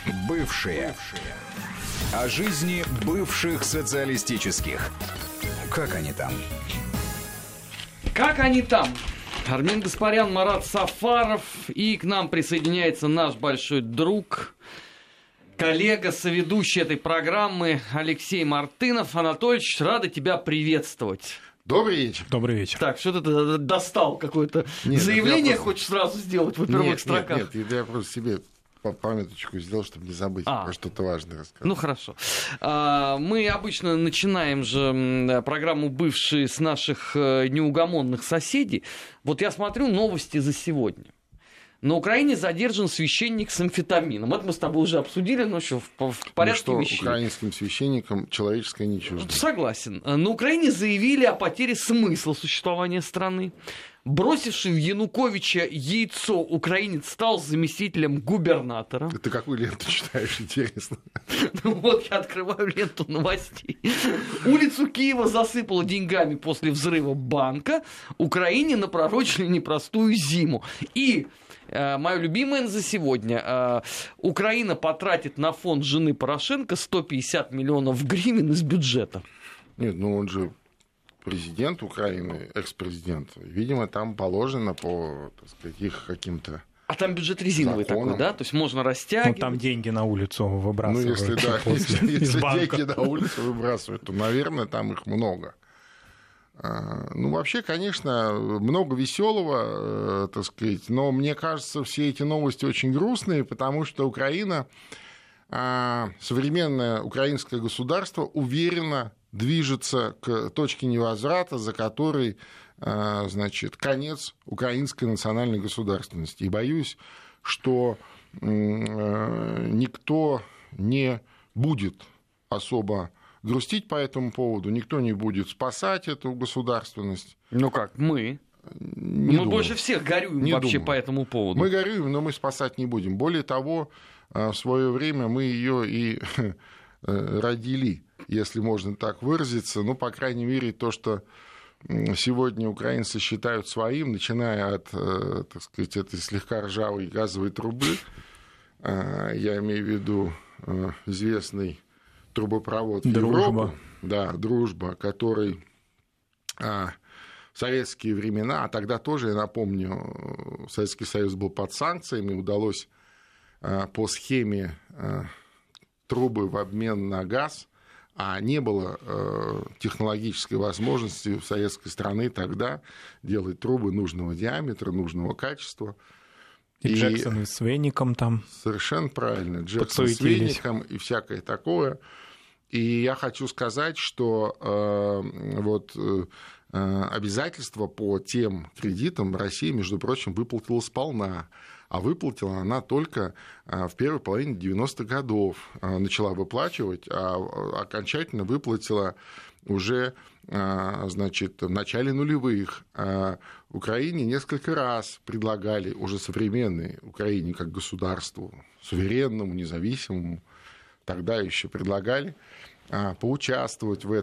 Бывшие. О жизни бывших социалистических. Как они там? Как они там? Армен Гаспарян, Марат Сафаров. И к нам присоединяется наш большой друг, коллега, соведущий этой программы Алексей Мартынов. Анатольевич, рада тебя приветствовать. Добрый вечер. Добрый вечер. Так, что ты достал? Какое-то заявление просто... хочешь сразу сделать во первых строках? Нет, я просто себе памяточку сделал, чтобы не забыть про что-то важное рассказать. Ну, хорошо. Мы обычно начинаем же программу «Бывшие» с наших неугомонных соседей. Вот я смотрю новости за сегодня. На Украине задержан священник с амфетамином. Это мы с тобой уже обсудили, но еще в порядке вещей. Украинским священникам человеческое не чуждо. Согласен. На Украине заявили о потере смысла существования страны. Бросивший в Януковича яйцо украинец стал заместителем губернатора. Ты какую ленту читаешь, интересно? Ну вот я открываю ленту новостей. Улицу Киева засыпало деньгами после взрыва банка. Украине напророчили непростую зиму. И мое любимое за сегодня. Украина потратит на фонд жены Порошенко 150 миллионов гривен из бюджета. Нет, ну он же президент Украины, экс-президент. Видимо, там положено по, так сказать, их каким-то... А там бюджет резиновый законам. такой, да? То есть можно растягивать. Ну, там деньги на улицу выбрасывают. Ну, если деньги на улицу выбрасывают, то, наверное, там их много. Ну, вообще, конечно, много веселого, так сказать, но мне кажется, все эти новости очень грустные, потому что Украина, современное украинское государство уверенно движется к точке невозврата, за которой, значит, конец украинской национальной государственности. И боюсь, что никто не будет особо грустить по этому поводу, никто не будет спасать эту государственность. Ну как, мы Не думаю. Больше всех горюем Не вообще думаю. по этому поводу. Мы горюем, но мы спасать не будем. Более того, в свое время мы ее и родили, если можно так выразиться. Ну, по крайней мере, то, что сегодня украинцы считают своим, начиная от, так сказать, этой слегка ржавой газовой трубы, я имею в виду известный трубопровод в Европу, да, «Дружба», который в советские времена, а тогда тоже, я напомню, Советский Союз был под санкциями, удалось по схеме трубы в обмен на газ, а не было технологической возможности у советской страны тогда делать трубы нужного диаметра, нужного качества. И Джексон с Веником там. Совершенно правильно. Джексон с Веником и всякое такое. И я хочу сказать, что обязательства по тем кредитам Россия, между прочим, выплатила сполна. А выплатила она только в первой половине 90-х годов. Начала выплачивать, а окончательно выплатила уже, значит, в начале нулевых. Украине несколько раз предлагали, уже современной Украине как государству, суверенному, независимому, тогда еще предлагали поучаствовать в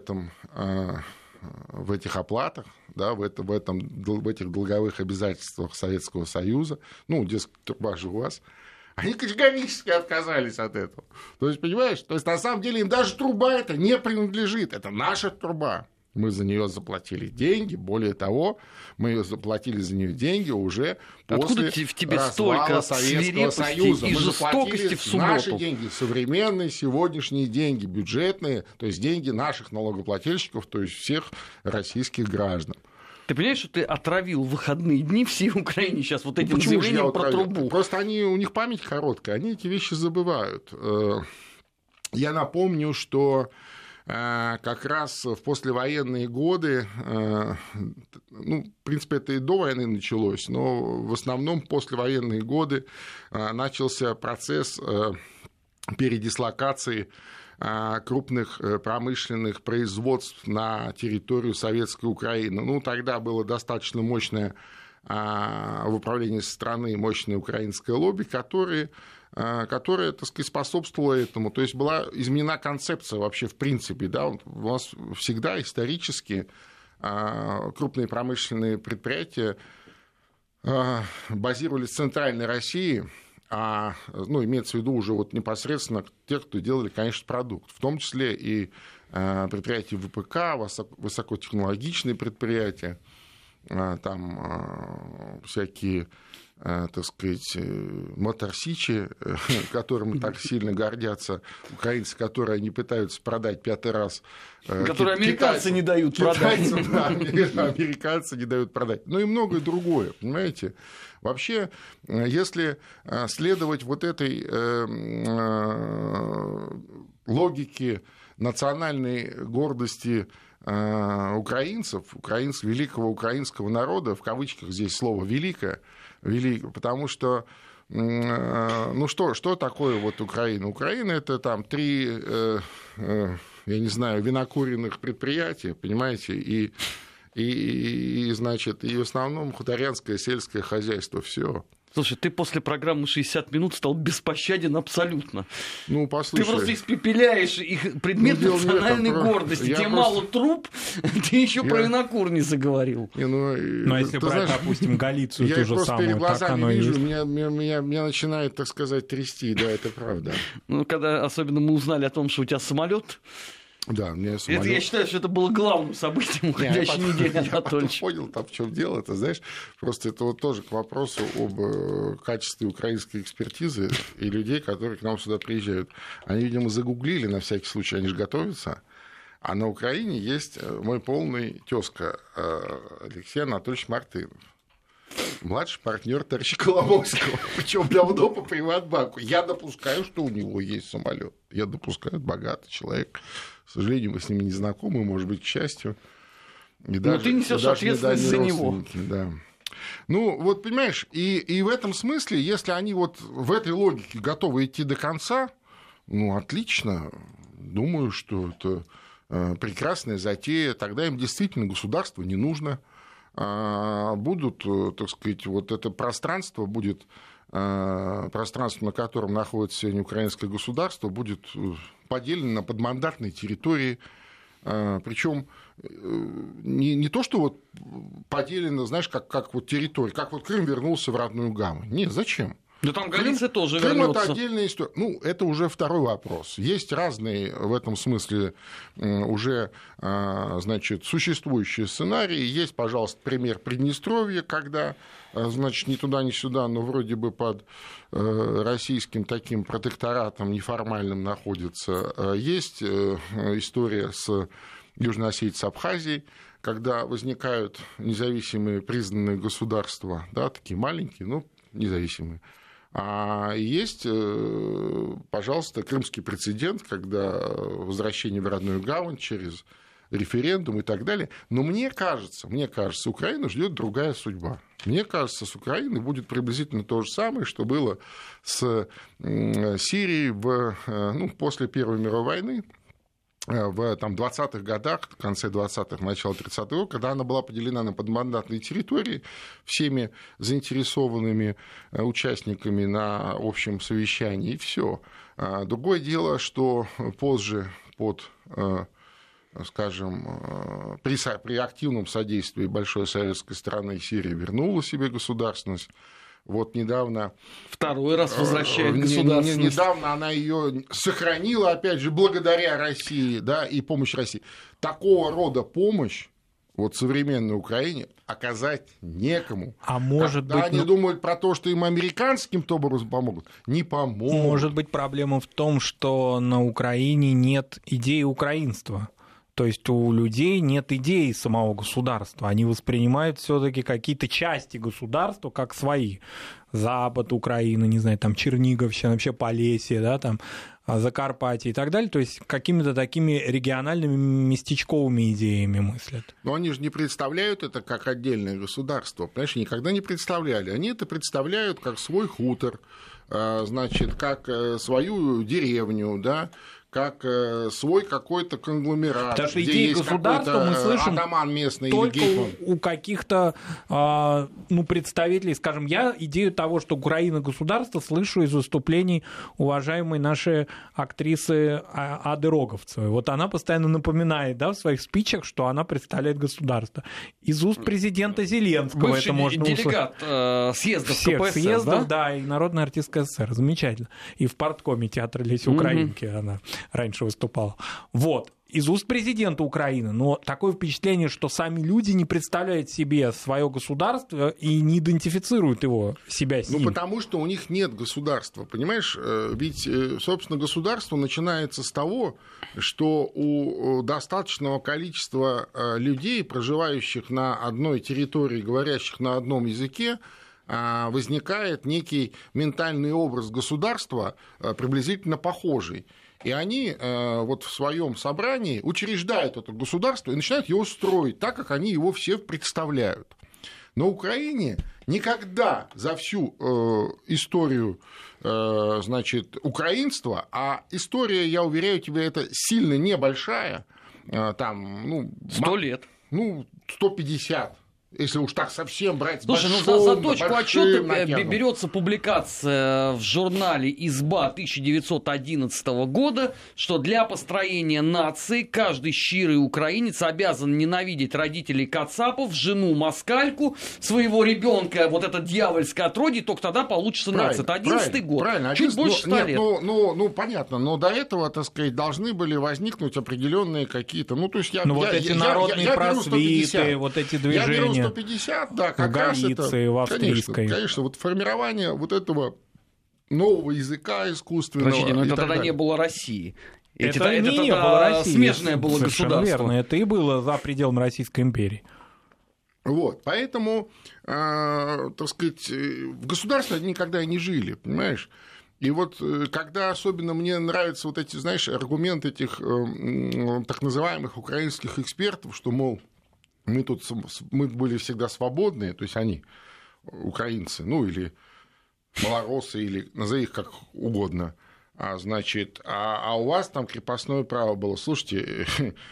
этих оплатах, да, в этих долговых обязательствах Советского Союза. Ну, дескать, труба же у вас. Они категорически отказались от этого. То есть, понимаешь, на самом деле им даже труба эта не принадлежит. Это наша труба. Мы за нее заплатили деньги. Более того, мы заплатили за нее деньги уже после развала Советского Союза. И мы жестокости в субботу. Наши деньги, современные сегодняшние деньги, бюджетные, то есть деньги наших налогоплательщиков, то есть всех российских граждан. Ты понимаешь, что ты отравил выходные дни всей Украине сейчас вот этим заявлением про трубу? Просто у них память короткая, они эти вещи забывают. Я напомню, что как раз в послевоенные годы, ну, в принципе, это и до войны началось, но в основном в послевоенные годы начался процесс передислокации крупных промышленных производств на территорию Советской Украины. Ну, тогда было достаточно мощное в управлении страны, мощное украинское лобби, которое, так сказать, способствовало этому. То есть была изменена концепция вообще в принципе. Да? У нас всегда исторически крупные промышленные предприятия базировались в Центральной России, имеется в виду уже вот непосредственно тех, кто делали, конечно, продукт, в том числе и предприятия ВПК, высокотехнологичные предприятия, там всякие, так сказать, моторсичи, которыми так сильно гордятся украинцы, которые они пытаются продать 5-й раз. Которые американцы не дают продать. Американцы не дают продать. Ну и многое другое, понимаете? Вообще, если следовать вот этой логике национальной гордости украинцев, великого украинского народа, в кавычках здесь слово «великое», потому что, что такое вот Украина? Украина – это там 3, я не знаю, винокуренных предприятия, понимаете, и значит, и в основном хуторянское сельское хозяйство, все. Слушай, ты после программы «60 минут» стал беспощаден абсолютно. Ну, послушай. Ты просто испепеляешь их предмет национальной гордости. Тебе мало труп, ты еще про винокур не заговорил. Но если брать, допустим, Галицию, ту же самую, так оно и есть. Меня начинает, так сказать, трясти, да, это правда. Ну, когда особенно мы узнали о том, что у тебя самолет. Да, мне самолет... Я считаю, что это было главным событием уходящей недели, Анатольевич. Я понял, там в чем дело, ты знаешь, просто это вот тоже к вопросу об качестве украинской экспертизы и людей, которые к нам сюда приезжают. Они, видимо, загуглили на всякий случай, они же готовятся. А на Украине есть мой полный тезка Алексей Анатольевич Мартынов. Младший партнер товарища Коломойского, причем давно по Приватбанку. Я допускаю, что у него есть самолет. Я допускаю, богатый человек. К сожалению, мы с ними не знакомы, может быть, к счастью. Но ты несешь ответственность за него. Да. Ну, вот понимаешь, и в этом смысле, если они вот в этой логике готовы идти до конца, ну, отлично. Думаю, что это прекрасная затея. Тогда им действительно государство не нужно. Будут, так сказать, вот это пространство будет, пространство, на котором находится сегодня украинское государство, будет поделено на подмандатные территории, причем не то, что вот поделено, знаешь, как вот территория, как вот Крым вернулся в родную гавань. Нет, зачем? Да там Галиция тоже Крым вернется. Это отдельная история. Ну, это уже второй вопрос. Есть разные в этом смысле уже, значит, существующие сценарии. Есть, пожалуйста, пример Приднестровья, когда, значит, ни туда, ни сюда, но вроде бы под российским таким протекторатом неформальным находится. Есть история с Южной Осетией, с Абхазией, когда возникают независимые признанные государства, да, такие маленькие, но независимые. А есть, пожалуйста, крымский прецедент, когда возвращение в родную гавань через референдум и так далее. Но мне кажется, Украину ждет другая судьба. Мне кажется, с Украиной будет приблизительно то же самое, что было с Сирией после Первой мировой войны. В 20-х годах, в конце 20-х, начало 30-х годов, когда она была поделена на подмандатные территории всеми заинтересованными участниками на общем совещании, и все. Другое дело, что позже скажем, при активном содействии большой советской страны Сирия вернула себе государственность. Вот недавно... Второй раз возвращает государственность. Недавно она ее сохранила, опять же, благодаря России, да, и помощи России. Такого рода помощь вот современной Украине оказать некому. А может Когда быть... они думают про то, что им американским образом помогут, не помогут. Может быть, проблема в том, что на Украине нет идеи украинства. То есть у людей нет идеи самого государства. Они воспринимают все-таки какие-то части государства как свои. Запад Украины, не знаю, там Черниговщина, вообще Полесье, да, там Закарпатье и так далее. То есть какими-то такими региональными местечковыми идеями мыслят. Но они же не представляют это как отдельное государство. Понимаешь, никогда не представляли. Они это представляют как свой хутор, значит, как свою деревню, да, как свой какой-то конгломерат. Потому что где идеи есть государства мы слышим атаман местный только или гетман. у каких-то представителей. Скажем, я идею того, что Украина государство, слышу из выступлений уважаемой нашей актрисы Ады Роговцевой. Вот она постоянно напоминает, да, в своих спичах, что она представляет государство. Из уст президента Зеленского бывший это можно услышать. Делегат съездов Всех КПСС, съездов, да, и Народная артистка СССР. Замечательно. И в парткоме театра Леси Украинки она раньше выступала. Вот. Из уст президента Украины, но такое впечатление, что сами люди не представляют себе свое государство и не идентифицируют себя с ним. Ну, потому что у них нет государства, понимаешь? Ведь, собственно, государство начинается с того, что у достаточного количества людей, проживающих на одной территории, говорящих на одном языке, возникает некий ментальный образ государства, приблизительно похожий. И они вот в своем собрании учреждают это государство и начинают его строить так, как они его все представляют. На Украине никогда за всю историю, значит, украинства, а история, я уверяю тебя, это сильно небольшая, там, 100 лет. 150. Если уж так совсем брать. Слушай, за точку отчета берется публикация в журнале «Изба» 1911 года, что для построения нации каждый щирый украинец обязан ненавидеть родителей кацапов, жену москальку, своего ребенка, вот это дьявольское отродье, только тогда получится нация. Это 11-й год. Правильно. Чуть больше 100 лет. Ну, понятно, но до этого, так сказать, должны были возникнуть определенные какие-то... Ну, то есть вот эти народные просветы, вот эти движения. 150, да, как в Галиции, в Австрийской. Конечно, вот формирование вот этого нового языка искусственного. Простите, но это тогда не было России. Это не было России. Смежное было совершенно государство. Верно, это и было за пределами Российской империи. Вот, поэтому, так сказать, в государстве они никогда и не жили, понимаешь? И вот когда особенно мне нравятся вот эти, знаешь, аргументы этих так называемых украинских экспертов, что, мол, мы были всегда свободные, то есть они, украинцы, ну или малороссы, или назови их как угодно, значит, а у вас там крепостное право было. Слушайте,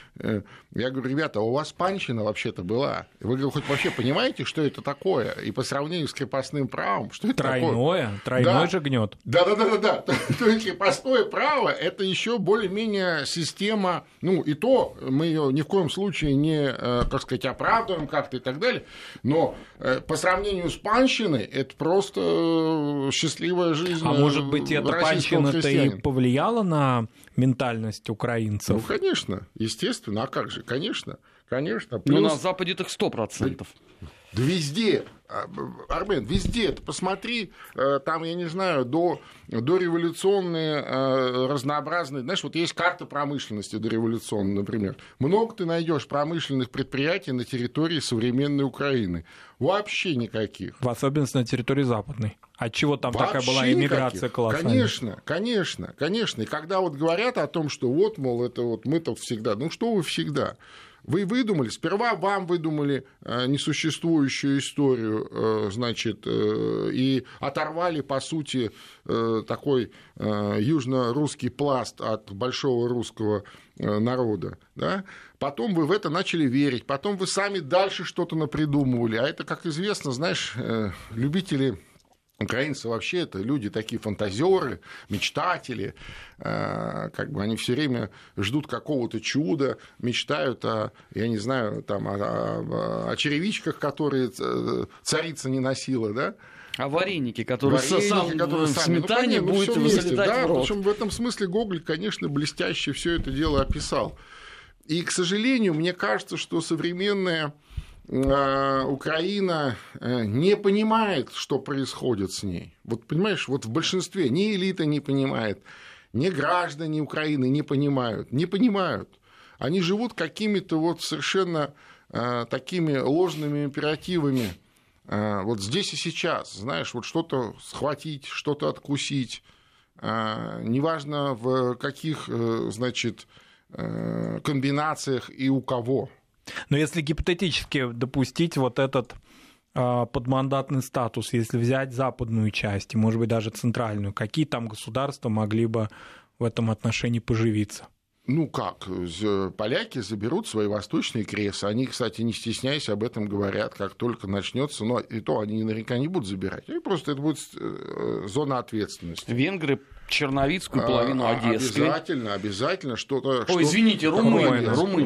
я говорю, ребята, у вас панщина вообще-то была. Вы, говорю, хоть вообще понимаете, что это такое? И по сравнению с крепостным правом, что это такое? Тройной же гнет. Да. То есть крепостное право – это еще более-менее система, ну и то мы ее ни в коем случае не, так сказать, оправдываем как-то и так далее, но по сравнению с панщиной это просто счастливая жизнь. А может быть, эта панщина-то и повлияла на ментальность украинцев? Ну, конечно, естественно, а как же, конечно. Плюс... Ну, на Западе так 100%. Да везде, Армен, везде. Ты посмотри, там, я не знаю, дореволюционные разнообразные... Знаешь, вот есть карта промышленности дореволюционной, например. Много ты найдешь промышленных предприятий на территории современной Украины. Вообще никаких. В особенности на территории западной. Отчего там вообще такая была эмиграция колоссальная? Конечно. И когда вот говорят о том, что вот, мол, это вот мы-то всегда... Ну, что вы всегда? Вы выдумали, сперва вам выдумали несуществующую историю, значит, и оторвали, по сути, такой южно-русский пласт от большого русского народа, да? Потом вы в это начали верить, потом вы сами дальше что-то напридумывали, а это, как известно, знаешь, любители... Украинцы вообще это люди такие фантазеры, мечтатели, как бы они все время ждут какого-то чуда, мечтают о, я не знаю, там, о черевичках, которые царица не носила, да? А вареники, которые в сами, сметане будет залетать да, в рот. Причем в этом смысле Гоголь, конечно, блестяще все это дело описал. И, к сожалению, мне кажется, что современная Украина не понимает, что происходит с ней. Вот понимаешь, вот в большинстве ни элита не понимает, ни граждане Украины не понимают. Они живут какими-то вот совершенно такими ложными императивами. Вот здесь и сейчас, знаешь, вот что-то схватить, что-то откусить, неважно в каких, значит, комбинациях и у кого. Но если гипотетически допустить вот этот подмандатный статус, если взять западную часть, и, может быть, даже центральную, какие там государства могли бы в этом отношении поживиться? Ну как, поляки заберут свои восточные кресы. Они, кстати, не стесняясь, об этом говорят, как только начнется. Но и то они наверняка не будут забирать. И просто это будет зона ответственности. Венгры черновицкую половину Одесской. Обязательно что-то... Извините, румыны.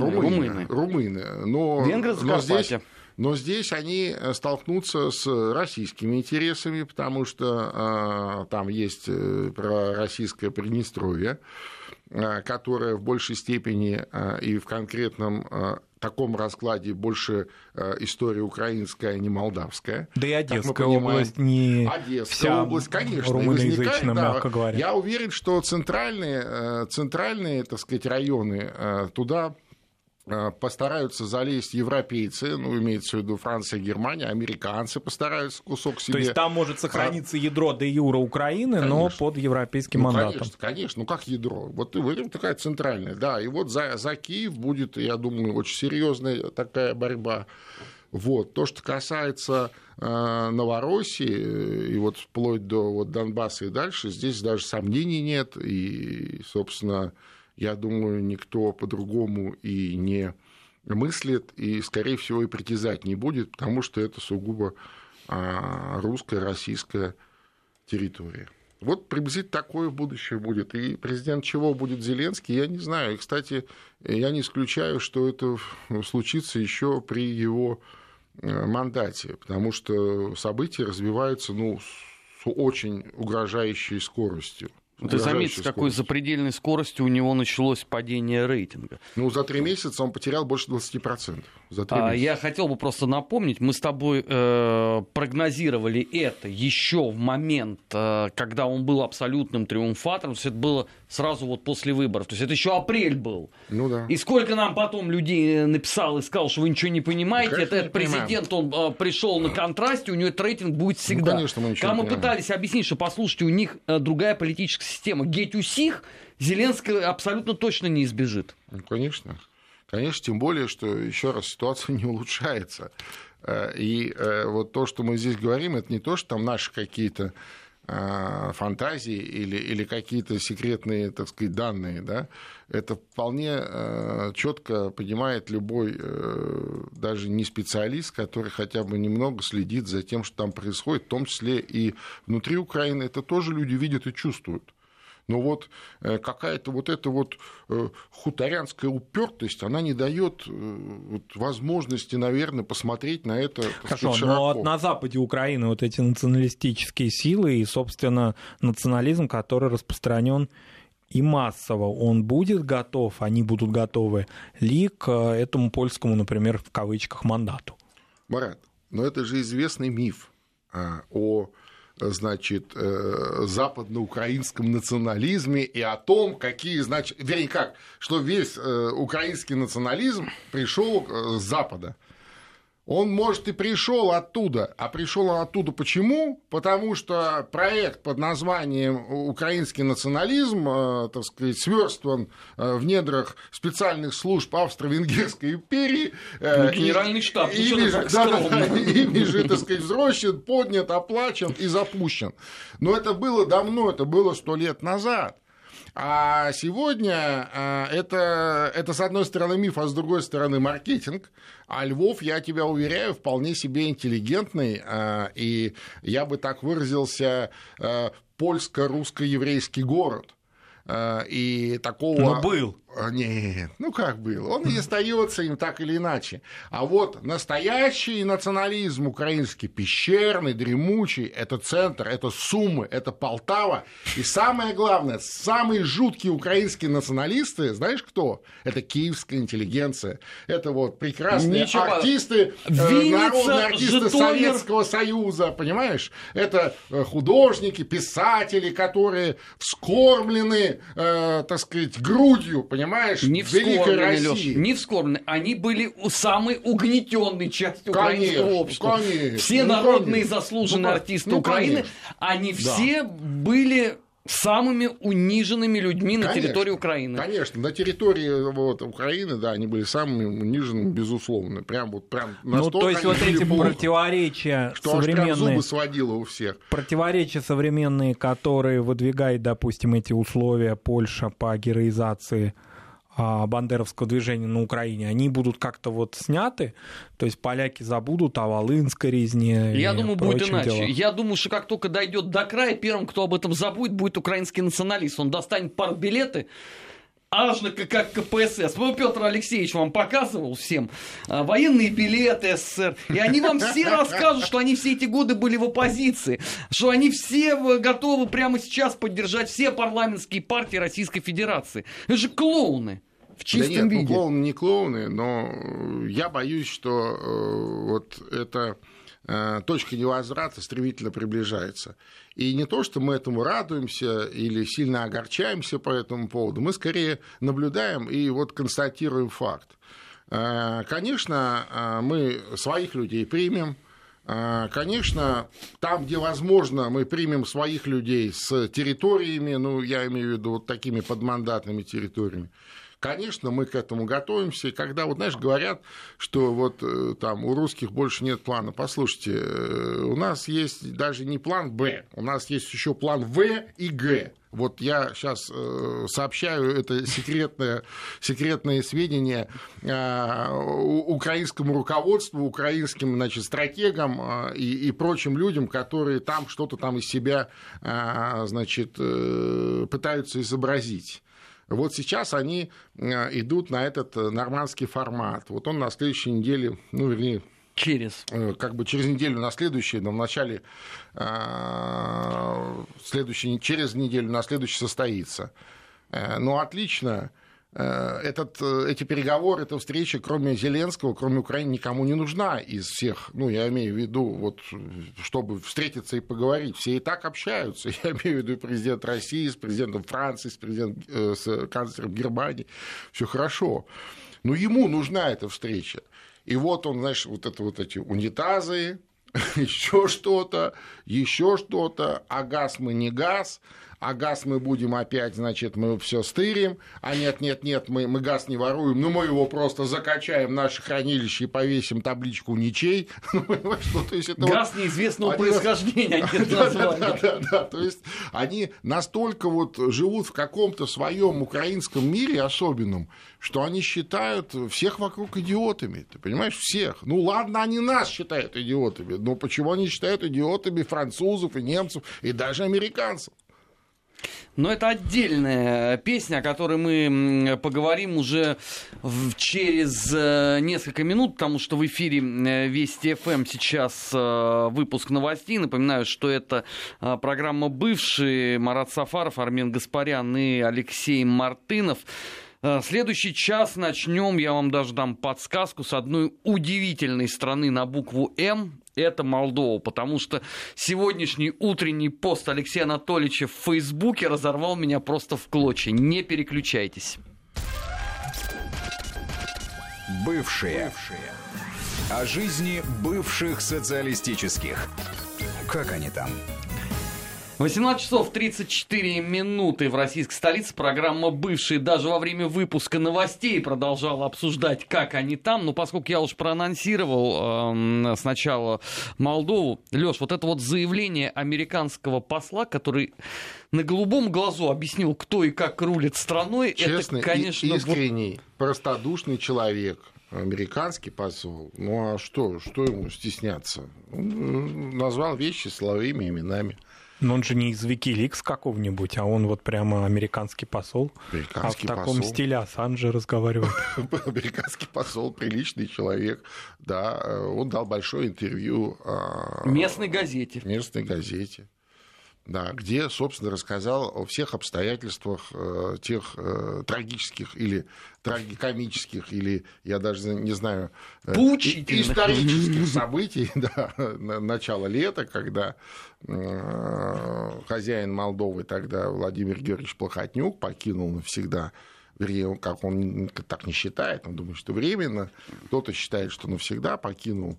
Венгры в Закарпатье. Но здесь они столкнутся с российскими интересами, потому что там есть пророссийское Приднестровье, которое в большей степени и в конкретном таком раскладе больше история украинская, а не молдавская. Да и Одесская область не Одесская область, конечно, румыноязычная, мягко говоря. Я уверен, что центральные, так сказать, районы туда постараются залезть европейцы, ну, имеется в виду Франция, Германия, американцы постараются кусок себе... То есть там может сохраниться ядро де юре Украины, конечно, но под европейским мандатом. Конечно, ну как ядро? Вот такая центральная, да, и вот за Киев будет, я думаю, очень серьезная такая борьба. Вот. То, что касается Новороссии, и вот вплоть до Донбасса и дальше, здесь даже сомнений нет, и, собственно, я думаю, никто по-другому и не мыслит, и, скорее всего, и притязать не будет, потому что это сугубо русская, российская территория. Вот приблизительно такое будущее будет. И президент чего будет Зеленский, я не знаю. И, кстати, я не исключаю, что это случится еще при его мандате, потому что события развиваются с очень угрожающей скоростью. Ты заметь, с какой запредельной скоростью у него началось падение рейтинга. Ну, за 3 месяца он потерял больше 20%. За 3 месяца. Я хотел бы просто напомнить, мы с тобой прогнозировали это еще в момент, когда он был абсолютным триумфатором, то есть это было сразу вот после выборов, то есть это еще апрель был. Ну да. И сколько нам потом людей написал и сказал, что вы ничего не понимаете, этот президент, он пришел на контрасте, у него этот рейтинг будет всегда. Ну, конечно, мы ничего Когда не мы пытались объяснить, что, послушайте, у них другая политическая система, геть усих, Зеленский абсолютно точно не избежит. Ну, конечно. Конечно, тем более, что, еще раз, ситуация не улучшается. И вот то, что мы здесь говорим, это не то, что там наши какие-то фантазии или какие-то секретные, так сказать, данные, да, это вполне четко понимает любой, даже не специалист, который хотя бы немного следит за тем, что там происходит, в том числе и внутри Украины, это тоже люди видят и чувствуют. Но вот какая-то вот эта вот хуторянская упертость, она не дает возможности, наверное, посмотреть на это. Хорошо, но на западе Украины вот эти националистические силы и, собственно, национализм, который распространен и массово, он будет готов, они будут готовы ли к этому польскому, например, в кавычках, мандату? Марат, но это же известный миф о, значит, западноукраинском национализме и о том, какие, значит, вернее, как, что весь украинский национализм пришел с Запада. Он, может, и пришел оттуда. А пришел он оттуда почему? Потому что проект под названием «Украинский национализм», так сказать, сверстан в недрах специальных служб Австро-Венгерской империи. Генеральный штаб, ими же, так сказать, взрощен, поднят, оплачен и запущен. Но это было давно, это было 100 лет назад. А сегодня это, с одной стороны, миф, а с другой стороны, маркетинг. А Львов, я тебя уверяю, вполне себе интеллигентный, и я бы так выразился, польско-русско-еврейский город. И такого... Но был. Нет, ну как был? Он и остается им так или иначе. А вот настоящий национализм украинский, пещерный, дремучий, это центр, это Сумы, это Полтава. И самое главное, самые жуткие украинские националисты, знаешь кто? Это киевская интеллигенция. Это вот прекрасные артисты, народные артисты Советского Союза, понимаешь? Это художники, писатели, которые вскормлены, так сказать, грудью, понимаешь? Не вскормлены, Лёш, не вскормлены. Они были самой угнетенной частью украинского общества. Конечно, все народные заслуженные артисты Украины, они все были самыми униженными людьми на территории Украины. Конечно, на территории Украины, да, они были самыми униженными, безусловно. Прям настолько. То есть вот эти противоречия что современные, аж прям зубы сводило у всех. Противоречия современные, которые выдвигает, допустим, эти условия Польша по героизации бандеровского движения на Украине, они будут как-то вот сняты, то есть поляки забудут о Волынской резне. Я думаю, будет иначе. Делах. Я думаю, что как только дойдет до края, первым, кто об этом забудет, будет украинский националист. Он достанет партбилеты, аж как КПСС. Петр Алексеевич вам показывал всем военные билеты СССР, и они вам все расскажут, что они все эти годы были в оппозиции, что они все готовы прямо сейчас поддержать все парламентские партии Российской Федерации. Это же клоуны. В чистом виде. Клоуны не клоуны, но я боюсь, что вот эта точка невозврата стремительно приближается. И не то, что мы этому радуемся или сильно огорчаемся по этому поводу, мы скорее наблюдаем и вот констатируем факт. Конечно, мы своих людей примем. Конечно, там, где возможно, мы примем своих людей с территориями, ну, я имею в виду вот такими подмандатными территориями. Конечно, мы к этому готовимся. И когда, вот, знаешь, говорят, что вот там у русских больше нет плана. Послушайте, у нас есть даже не план «Б», у нас есть еще план «В» и «Г». Вот я сейчас сообщаю это секретное сведения украинскому руководству, украинским, значит, стратегам и прочим людям, которые там что-то там из себя, значит, пытаются изобразить. Вот сейчас они идут на этот нормандский формат. Вот он на следующей неделе, ну, вернее, через неделю на следующий, но в начале через неделю на следующий состоится. Ну, отлично. Эти переговоры, эта встреча, кроме Зеленского, кроме Украины, никому не нужна из всех. Ну, я имею в виду, вот, чтобы встретиться и поговорить. Все и так общаются. Я имею в виду и президент России, с президентом Франции, с канцлером Германии. Все хорошо. Но ему нужна эта встреча. И вот он, знаешь, вот эти унитазы, еще что-то, а газ мы не газ. А газ мы будем опять, значит, мы все стырим, а нет, мы газ не воруем, но мы его просто закачаем в наше хранилище и повесим табличку «Ничей». Газ неизвестного происхождения, нет названия. Да, то есть они настолько вот живут в каком-то своем украинском мире особенном, что они считают всех вокруг идиотами, ты понимаешь, всех. Ну ладно, они нас считают идиотами, но почему они считают идиотами французов и немцев и даже американцев? Но это отдельная песня, о которой мы поговорим уже через несколько минут, потому что в эфире Вести ФМ сейчас выпуск новостей. Напоминаю, что это программа «Бывшие», Марат Сафаров, Армен Гаспарян и Алексей Мартынов. Следующий час начнем, я вам даже дам подсказку, с одной удивительной страны на букву «М». Это Молдова, потому что сегодняшний утренний пост Алексея Анатольевича в Фейсбуке разорвал меня просто в клочья. Не переключайтесь. Бывшие. О жизни бывших социалистических. Как они там? 18 часов 34 минуты в российской столице. Программа «Бывшие» даже во время выпуска новостей продолжала обсуждать, как они там. Но поскольку я уж проанонсировал сначала Молдову, Лёш, вот это вот заявление американского посла, который на голубом глазу объяснил, кто и как рулит страной, честный, это, конечно... искренний, простодушный человек. Американский посол. Ну а что ему стесняться? Он назвал вещи словами, именами. Но он же не из Wikileaks какого-нибудь, а он вот прямо американский посол. Американский в таком стиле Ассанжа разговаривает. Американский посол, приличный человек. Да, он дал большое интервью местной газете. Да, где, собственно, рассказал о всех обстоятельствах тех трагических или трагикомических, или, я даже не знаю, исторических событий, да, начала лета, когда хозяин Молдовы тогда Владимир Георгиевич Плохотнюк покинул навсегда, вернее, как он так не считает, он думает, что временно, кто-то считает, что навсегда покинул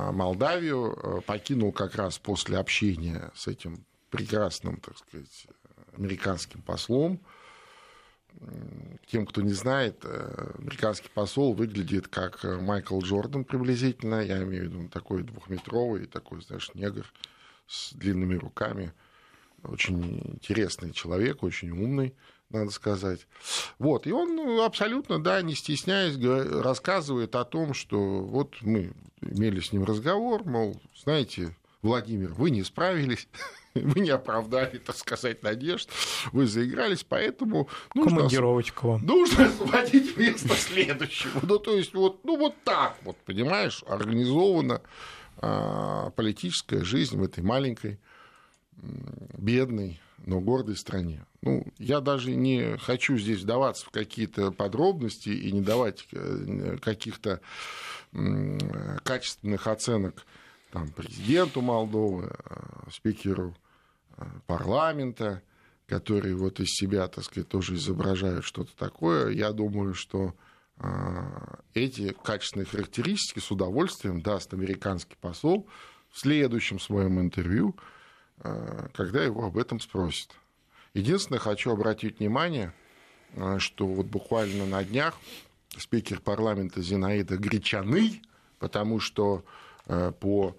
Молдавию, покинул как раз после общения с этим прекрасным, так сказать, американским послом. Тем, кто не знает, американский посол выглядит как Майкл Джордан приблизительно. Я имею в виду такой двухметровый, такой, знаешь, негр с длинными руками. Очень интересный человек, очень умный, надо сказать. Вот. И он абсолютно, да, не стесняясь, рассказывает о том, что вот мы имели с ним разговор, мол, знаете, Владимир, вы не справились, вы не оправдали, так сказать, надежд, вы заигрались, поэтому командировочка вам. Нужно освободить место следующему. Ну, то есть, вот так вот, понимаешь, организована политическая жизнь в этой маленькой, бедной, но гордой стране. Ну, я даже не хочу здесь вдаваться в какие-то подробности и не давать каких-то качественных оценок там, президенту Молдовы, спикеру парламента, которые вот из себя, так сказать, тоже изображают что-то такое. Я думаю, что эти качественные характеристики с удовольствием даст американский посол в следующем своем интервью, когда его об этом спросят. Единственное, хочу обратить внимание, что вот буквально на днях спикер парламента Зинаида Гречаный, потому что по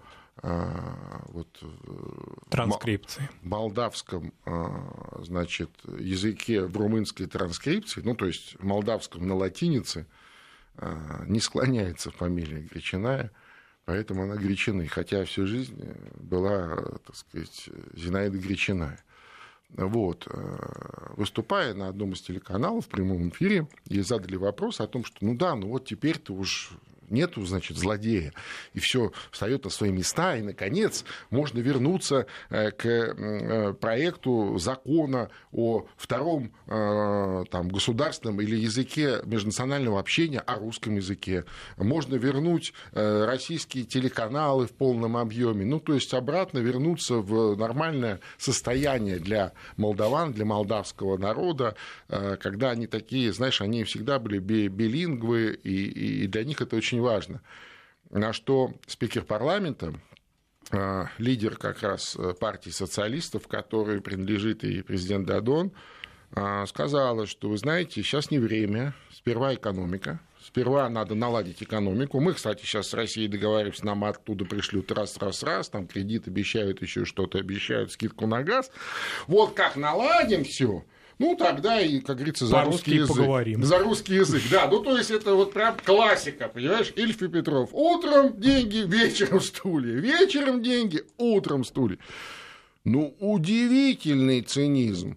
транскрипции. Молдавском, значит, языке в румынской транскрипции, ну, то есть в молдавском на латинице, не склоняется фамилия Гречаная, поэтому она Гречаный, хотя всю жизнь была, так сказать, Зинаида Гречаная. Вот. Выступая на одном из телеканалов в прямом эфире, ей задали вопрос о том, что ну да, ну вот теперь-то уж нету, значит, злодея, и все встает на свои места, и, наконец, можно вернуться к проекту закона о втором там, государственном или языке межнационального общения, о русском языке. Можно вернуть российские телеканалы в полном объеме, ну, то есть обратно вернуться в нормальное состояние для молдаван, для молдавского народа, когда они такие, знаешь, они всегда были билингвы, и для них это очень важно. На что спикер парламента, лидер как раз партии социалистов, которой принадлежит и президент Додон, сказала, что, вы знаете, сейчас не время, сперва экономика, сперва надо наладить экономику. Мы, кстати, сейчас с Россией договариваемся, нам оттуда пришлют раз, там кредит обещают, еще что-то обещают, скидку на газ. Вот как наладим все. Ну, тогда и, как говорится, за русский язык. Поговорим. За русский язык, да. Ну, то есть, это вот прям классика, понимаешь? Ильф и Петров. Утром деньги, вечером стулья. Вечером деньги, утром стулья. Ну, удивительный цинизм.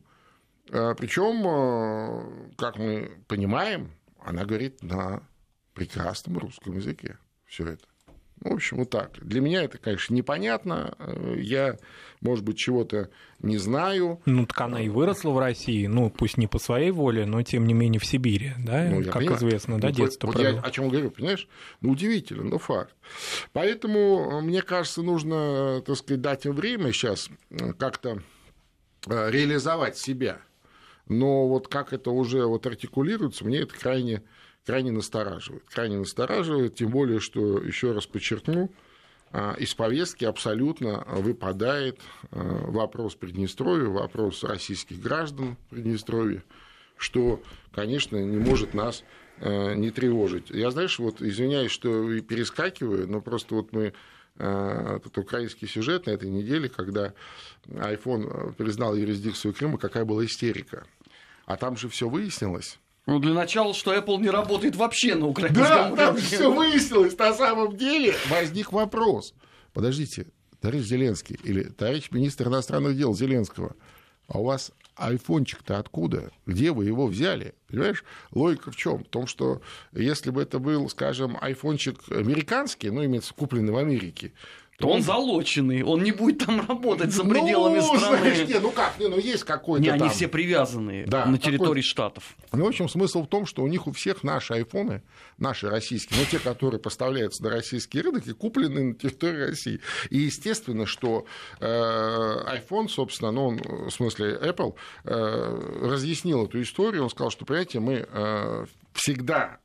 Причем, как мы понимаем, она говорит на прекрасном русском языке. Все это. В общем, вот так. Для меня это, конечно, непонятно. Я, может быть, чего-то не знаю. Ну, так она и выросла в России, ну, пусть не по своей воле, но, тем не менее, в Сибири, да, ну, как известно, да, детство вот я о чем говорю, понимаешь? Ну, удивительно, но факт. Поэтому, мне кажется, нужно, так сказать, дать им время сейчас как-то реализовать себя. Но вот как это уже вот артикулируется, мне это крайне настораживает. Крайне настораживает, тем более, что, еще раз подчеркну, из повестки абсолютно выпадает вопрос Приднестровья, вопрос российских граждан Приднестровья, что, конечно, не может нас не тревожить. Я, знаешь, вот извиняюсь, что перескакиваю, но просто вот мы этот украинский сюжет на этой неделе, когда iPhone признал юрисдикцию Крыма, какая была истерика. А там же все выяснилось. Ну, для начала, что Apple не работает вообще на украинском уровне. Да, там все выяснилось. На самом деле возник вопрос. Подождите, товарищ Зеленский или товарищ министр иностранных дел Зеленского, а у вас айфончик-то откуда? Где вы его взяли? Понимаешь, логика в чем? В том, что если бы это был, скажем, айфончик американский, ну, имеется купленный в Америке, то он залоченный, он не будет там работать за пределами страны. Знаешь, есть какой-то не, там... они все привязаны на территории штатов. Ну, в общем, смысл в том, что у них у всех наши айфоны, наши российские, но те, которые поставляются на российские рынки, куплены на территории России. И естественно, что iPhone, собственно, ну, он, в смысле Apple, разъяснил эту историю, он сказал, что, понимаете, мы всегда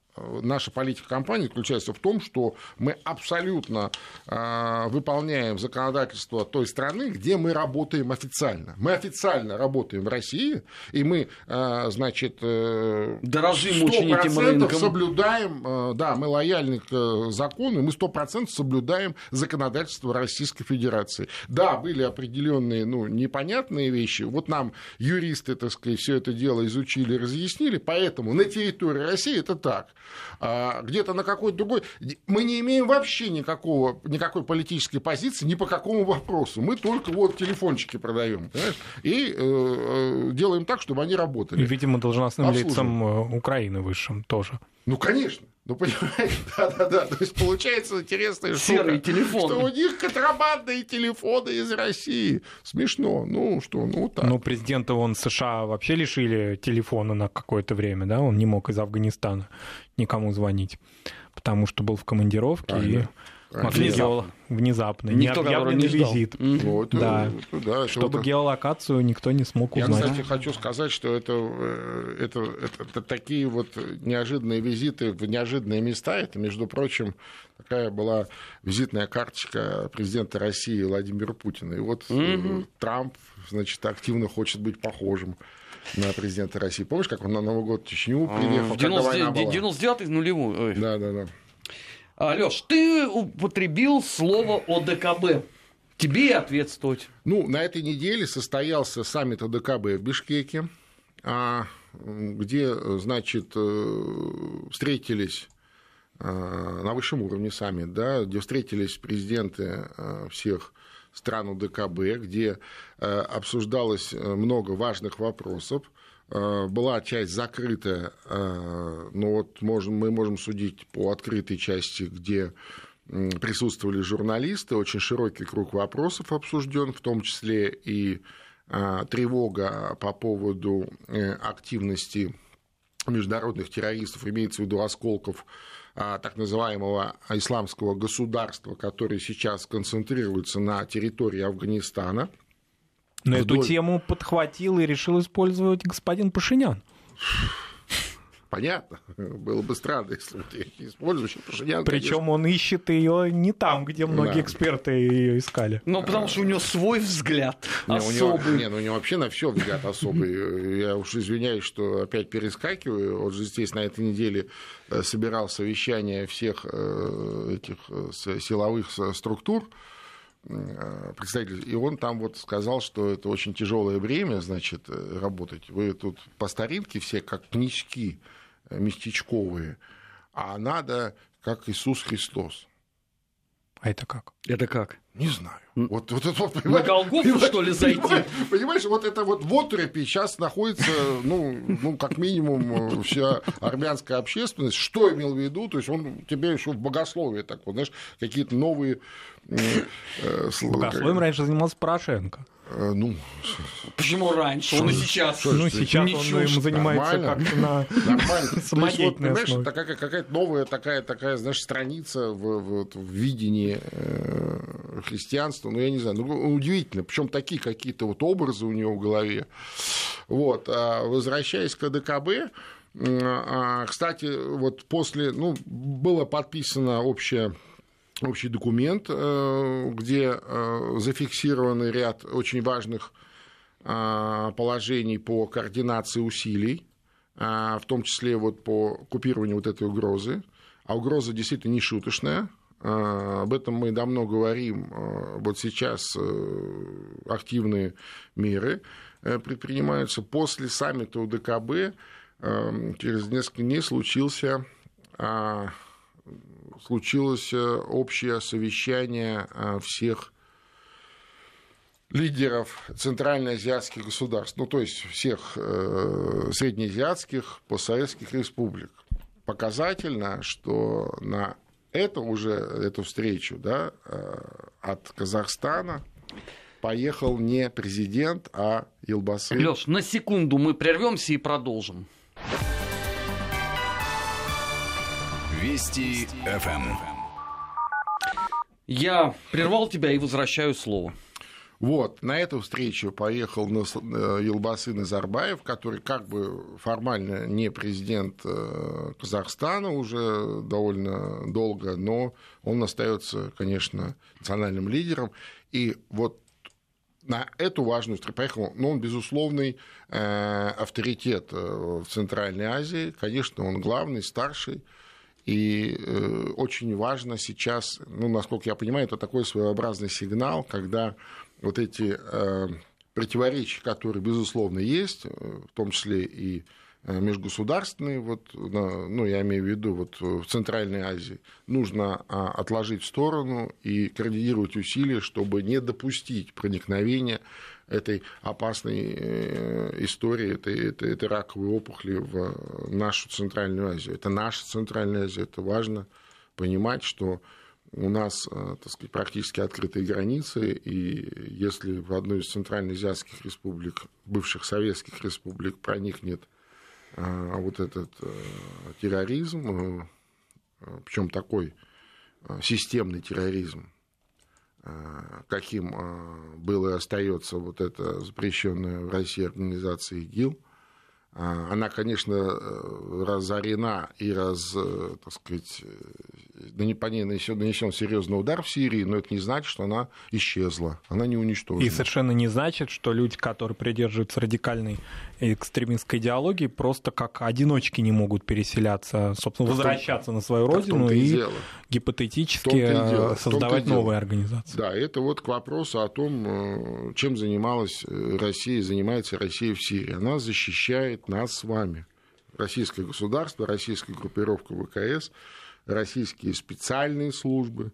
наша политика компании заключается в том, что мы абсолютно выполняем законодательство той страны, где мы работаем официально. Мы официально работаем в России, и мы, значит, дорожим очень этим 100% рынком. соблюдаем, да, мы лояльны к закону, и мы 100% соблюдаем законодательство Российской Федерации. Да, были определенные, непонятные вещи. Вот нам юристы, так сказать, все это дело изучили, разъяснили, поэтому на территории России это так. Где-то на какой-то другой... Мы не имеем вообще никакой политической позиции ни по какому вопросу. Мы только вот телефончики продаем, и делаем так, чтобы они работали. И, видимо, должностным лицам Украины высшим тоже. Ну, конечно. Понимаете, да. То есть получается интересная серые штука, телефоны. Что у них контрабандные телефоны из России. Смешно. Так. Президента США вообще лишили телефона на какое-то время, да? Он не мог из Афганистана никому звонить, потому что был в командировке и внезапно. Никто, необъявленный визит. Да. Чтобы геолокацию никто не смог узнать. Я, кстати, хочу сказать, что это такие вот неожиданные визиты в неожиданные места. Это, между прочим, такая была визитная карточка президента России Владимира Путина. И вот Трамп, значит, активно хочет быть похожим на президента России. Помнишь, как он на Новый год в Чечню приехал, когда война была? 99-й нулевой. Да. Лёш, ты употребил слово ОДКБ. Тебе ответствовать. На этой неделе состоялся саммит ОДКБ в Бишкеке, где, значит, встретились на высшем уровне саммит, да, где встретились президенты всех стран ОДКБ, где обсуждалось много важных вопросов. Была часть закрытая, но вот мы можем судить по открытой части, где присутствовали журналисты, очень широкий круг вопросов обсужден, в том числе и тревога по поводу активности международных террористов, имеется в виду осколков так называемого исламского государства, которые сейчас концентрируются на территории Афганистана. Но эту тему подхватил и решил использовать господин Пашинян. Понятно. Было бы странно, если бы ты используешь Пашинян. Причем он ищет ее не там, где многие эксперты ее искали. Потому что у него свой взгляд особый. У него вообще на все взгляд особый. Я уж извиняюсь, что опять перескакиваю. Вот же здесь на этой неделе собирал совещание всех этих силовых структур, представитель, и он там вот сказал, что это очень тяжелое время, значит, работать. Вы тут по старинке все как книжки местечковые, а надо как Иисус Христос. А это как? Это как? Не знаю. Вот, на Голгофу, что ли, зайти? Понимаешь, вот это вот в отрепе сейчас находится, как минимум, вся армянская общественность. Что имел в виду? То есть он тебе еще в богословии так вот, знаешь, какие-то новые... Богословием раньше занимался Порошенко. Почему раньше? Он и сейчас. Сейчас он им занимается как-то на самодеятельной основе. Какая-то новая такая, знаешь, страница в видении христианства. Я не знаю, удивительно. Причем такие какие-то вот образы у него в голове. Вот. Возвращаясь к АДКБ, кстати, вот после, было подписано общий документ, где зафиксированы ряд очень важных положений по координации усилий, в том числе вот по купированию вот этой угрозы. А угроза действительно не шуточная. Об этом мы давно говорим. Вот сейчас активные меры предпринимаются. После саммита УДКБ через несколько дней случилось общее совещание всех лидеров центральноазиатских государств, то есть всех среднеазиатских постсоветских республик. Показательно, что на эту встречу, да, от Казахстана поехал не президент, а Елбасы. Лёш, на секунду мы прервемся и продолжим. Вести ФМ. Я прервал тебя и возвращаю слово. Вот, на эту встречу поехал Елбасы Назарбаев, который как бы формально не президент Казахстана уже довольно долго, но он остается, конечно, национальным лидером. И вот на эту важную встречу поехал, но он безусловный авторитет в Центральной Азии. Конечно, он главный, старший. И очень важно сейчас, ну, насколько я понимаю, это такой своеобразный сигнал, когда вот эти противоречия, которые, безусловно, есть, в том числе и межгосударственные, вот, ну, я имею в виду вот, в Центральной Азии, нужно отложить в сторону и координировать усилия, чтобы не допустить проникновения этой опасной истории, этой раковой опухоли в нашу Центральную Азию. Это наша Центральная Азия, это важно понимать, что у нас, так сказать, практически открытые границы, и если в одной из центральноазиатских республик, бывших советских республик, проникнет вот этот терроризм, причем такой системный терроризм, каким был и остается вот эта запрещенная в России организация ИГИЛ, она, конечно, разорена и так сказать, по ней нанесен серьезный удар в Сирии, но это не значит, что она исчезла, она не уничтожена. И совершенно не значит, что люди, которые придерживаются радикальной экстремистской идеологии, просто как одиночки не могут переселяться, собственно, возвращаться на свою родину и гипотетически создавать новые организации. Да, это вот к вопросу о том, чем занимается Россия в Сирии. Она защищает нас с вами. Российское государство, российская группировка ВКС, российские специальные службы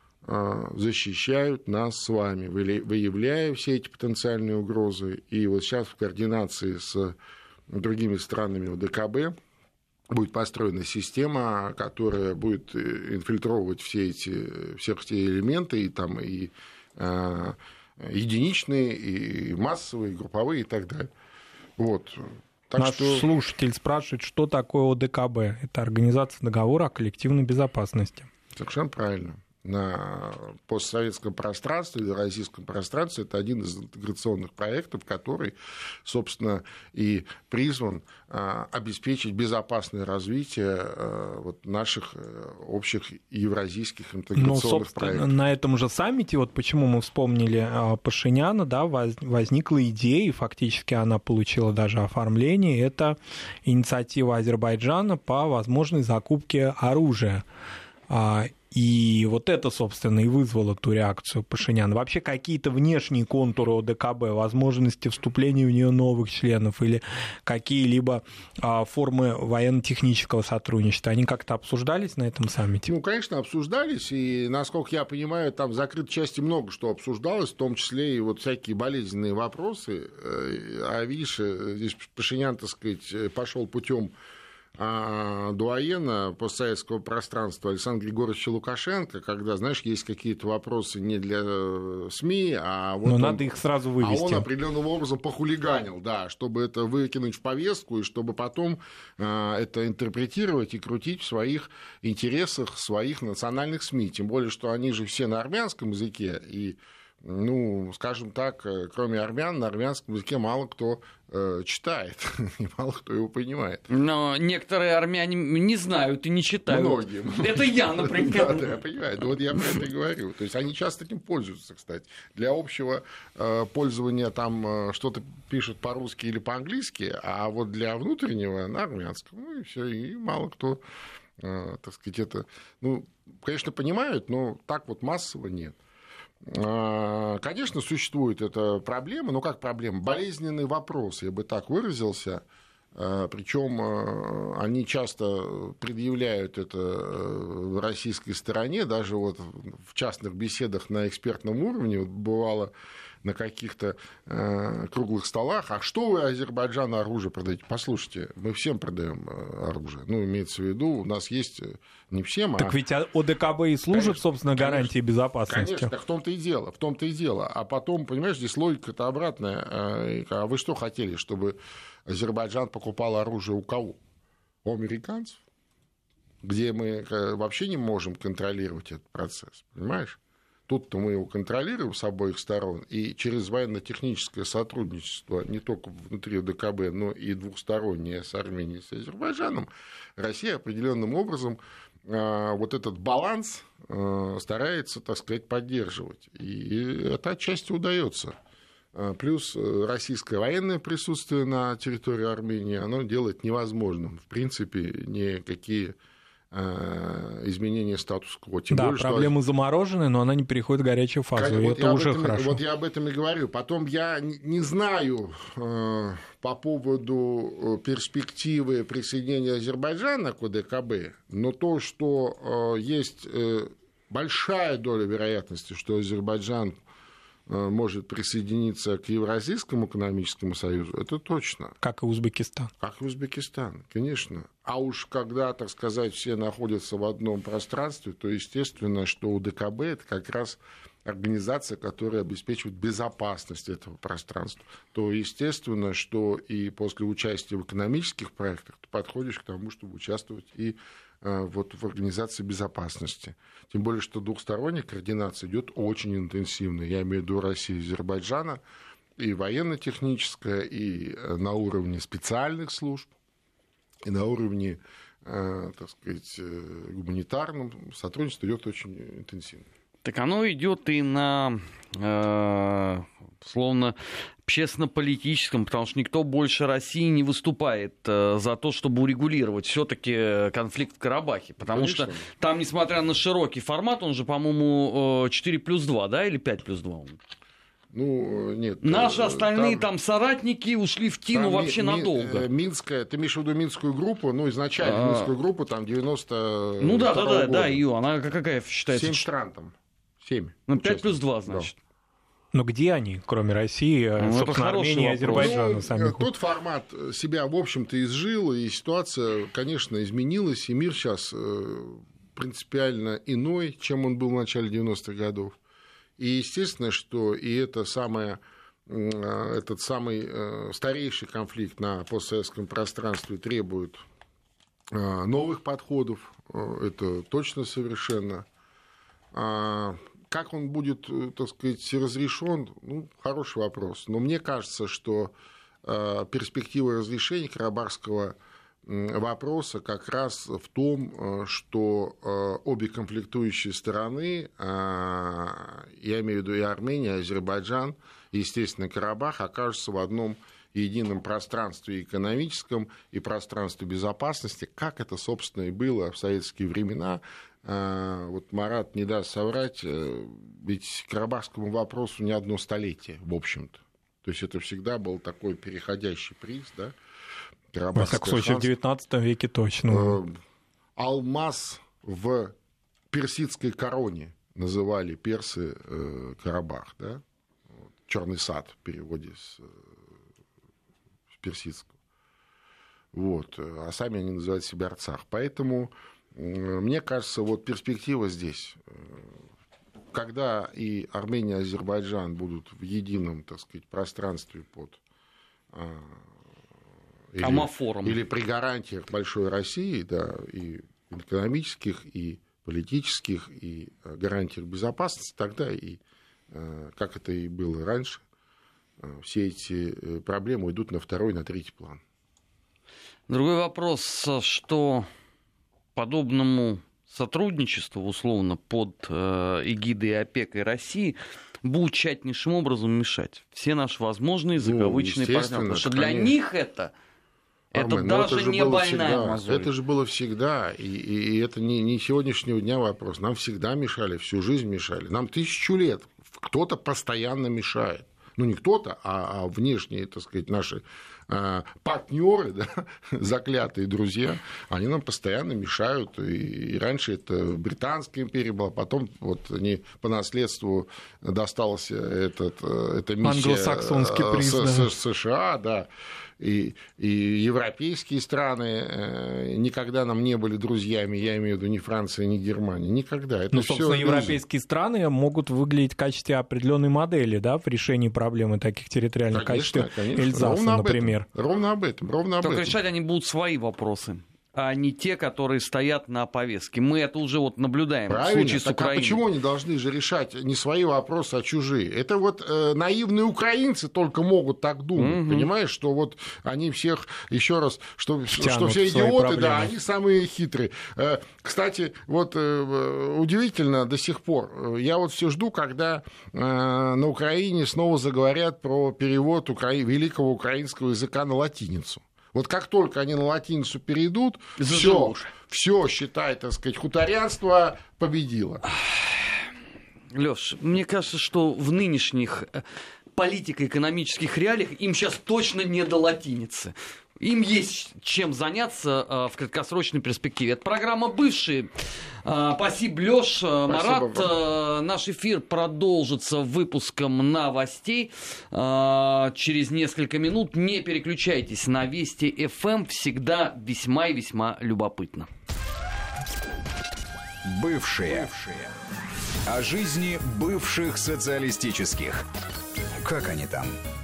защищают нас с вами, выявляя все эти потенциальные угрозы. И вот сейчас в координации с другими странами ОДКБ будет построена система, которая будет инфильтровывать все эти элементы, и там и единичные, и массовые, и групповые, и так далее. Вот. Наш слушатель спрашивает, что такое ОДКБ? Это Организация договора о коллективной безопасности. Совершенно правильно. На постсоветском пространстве или российском пространстве это один из интеграционных проектов, который, собственно, и призван обеспечить безопасное развитие вот наших общих евразийских интеграционных проектов. На этом же саммите, вот почему мы вспомнили Пашиняна, да, возникла идея, и фактически она получила даже оформление, это инициатива Азербайджана по возможной закупке оружия. И вот это, собственно, и вызвало ту реакцию Пашиняна. Вообще какие-то внешние контуры ОДКБ, возможности вступления в нее новых членов или какие-либо формы военно-технического сотрудничества, они как-то обсуждались на этом саммите? Ну, конечно, обсуждались, и, насколько я понимаю, там в закрытой части много что обсуждалось, в том числе и вот всякие болезненные вопросы. А видишь, здесь Пашинян, так сказать, пошел путем дуаена постсоветского пространства Александра Григорьевича Лукашенко, когда, знаешь, есть какие-то вопросы не для СМИ, а вот надо их сразу вывести. А он определенным образом похулиганил, да, чтобы это выкинуть в повестку, и чтобы потом это интерпретировать и крутить в своих интересах своих национальных СМИ. Тем более, что они же все на армянском языке, и, ну, скажем так, кроме армян, на армянском языке мало кто читает, и мало кто его понимает. Но некоторые армяне не знают и не читают. Многие. Это я, например. Да, я понимаю. Вот я про это и говорю. То есть они часто этим пользуются, кстати. Для общего пользования там что-то пишут по-русски или по-английски, а вот для внутреннего на армянском. Ну и все. И мало кто, так сказать, это, ну, конечно, понимают, но так вот массово нет. Конечно, существует эта проблема, но как проблема? Болезненный вопрос, я бы так выразился. Причем они часто предъявляют это в российской стороне, даже вот в частных беседах на экспертном уровне. Вот бывало на каких-то круглых столах, а что вы Азербайджану оружие продаете? Послушайте, мы всем продаем оружие. Ну, имеется в виду, у нас есть не всем, так ведь ОДКБ и служит, конечно, собственно, гарантией безопасности. Конечно, так в том-то и дело. А потом, понимаешь, здесь логика-то обратная. А вы что хотели, чтобы Азербайджан покупал оружие у кого? У американцев? Где мы вообще не можем контролировать этот процесс, понимаешь? Тут-то мы его контролируем с обоих сторон, и через военно-техническое сотрудничество не только внутри ДКБ, но и двухстороннее с Арменией и с Азербайджаном, Россия определенным образом вот этот баланс старается, так сказать, поддерживать. И это отчасти удается. Плюс российское военное присутствие на территории Армении, оно делает невозможным, в принципе, никакие изменения статус-кво. Тем более, проблема замороженная, но она не переходит в горячую фазу, и это уже хорошо. Вот я об этом и говорю. Потом я не знаю по поводу перспективы присоединения Азербайджана к ОДКБ, но то, что есть большая доля вероятности, что Азербайджан может присоединиться к Евразийскому экономическому союзу, это точно. Как и Узбекистан. Как и Узбекистан, конечно. А уж когда, так сказать, все находятся в одном пространстве, то естественно, что УДКБ – это как раз организация, которая обеспечивает безопасность этого пространства. То естественно, что и после участия в экономических проектах ты подходишь к тому, чтобы участвовать и вот в организации безопасности. Тем более, что двухсторонняя координация идет очень интенсивно. Я имею в виду Россию и Азербайджана, и военно-техническая, и на уровне специальных служб, и на уровне, так сказать, гуманитарном сотрудничество идет очень интенсивно. Так оно идет и на, словно, общественно-политическом, потому что никто больше России не выступает за то, чтобы урегулировать все-таки конфликт в Карабахе. Потому Конечно. что там, несмотря на широкий формат, он же, по-моему, 4+2, да, или 5+2? Ну, нет. Наши остальные там соратники ушли в тину вообще надолго. Минская, ты имеешь в виду Минскую группу, ну, изначально Минскую группу, там, 90 Ну, да, ее, она какая считается? 7 стран там. 7. Ну, 5+2, значит. Да. Но где они, кроме России, собственно, Армении и Азербайджана? Тот формат себя, в общем-то, изжил, и ситуация, конечно, изменилась, и мир сейчас принципиально иной, чем он был в начале 90-х годов. И естественно, что и этот самый старейший конфликт на постсоветском пространстве требует новых подходов, это точно совершенно. Как он будет, так сказать, разрешен, ну, хороший вопрос. Но мне кажется, что перспектива разрешения карабахского вопроса как раз в том, что обе конфликтующие стороны, я имею в виду и Армения, и Азербайджан, и, естественно, Карабах, окажутся в одном едином пространстве экономическом и пространстве безопасности, как это, собственно, и было в советские времена. Вот Марат не даст соврать, ведь к карабахскому вопросу не одно столетие, в общем-то. То есть это всегда был такой переходящий приз, да? Во всяком случае, в XIX веке точно. Алмаз в персидской короне называли персы Карабах, да? Черный сад в переводе с персидского. Вот. А сами они называют себя Арцах. Поэтому мне кажется, вот перспектива здесь, когда и Армения, и Азербайджан будут в едином, так сказать, пространстве под или при гарантиях большой России, да, и экономических, и политических, и гарантиях безопасности, тогда и, как это и было раньше, все эти проблемы идут на второй, на третий план. Другой вопрос, что подобному сотрудничеству, условно, под эгидой и опекой России будут тщательнейшим образом мешать все наши возможные закавычные партнеры. Потому что для них это даже не больная мозоль. Это же было всегда, и это не сегодняшнего дня вопрос. Нам всегда мешали, всю жизнь мешали. Нам 1000 лет кто-то постоянно мешает. Ну, не кто-то, а внешние, так сказать, наши партнеры, да, заклятые друзья, они нам постоянно мешают. И раньше это Британская империя была, потом вот они по наследству досталась эта миссия англосаксонский приз, США, да. И европейские страны никогда нам не были друзьями, я имею в виду ни Франция, ни Германия, никогда. Это собственно, европейские страны могут выглядеть в качестве определенной модели, да, в решении проблемы таких территориальных, конечно, качестве Эльзаса, например. Ровно об этом. Только решать они будут свои вопросы. а не те, которые стоят на повестке. Мы это уже вот наблюдаем в случае с Украиной. А почему они должны же решать не свои вопросы, а чужие? Это вот наивные украинцы только могут так думать, понимаешь, что вот они всех, еще раз, что все идиоты, да, они самые хитрые. Кстати, вот удивительно до сих пор, я вот все жду, когда на Украине снова заговорят про перевод великого украинского языка на латиницу. Вот как только они на латиницу перейдут, все, считай, так сказать, хуторянство победило. Лёш, мне кажется, что в нынешних политико-экономических реалиях им сейчас точно не до латиницы. Им есть чем заняться в краткосрочной перспективе. Это программа «Бывшие». Спасибо, Лёш, Марат. Наш эфир продолжится выпуском новостей через несколько минут. Не переключайтесь на Вести ФМ. Всегда весьма и весьма любопытно. Бывшие. О жизни бывших социалистических. Как они там?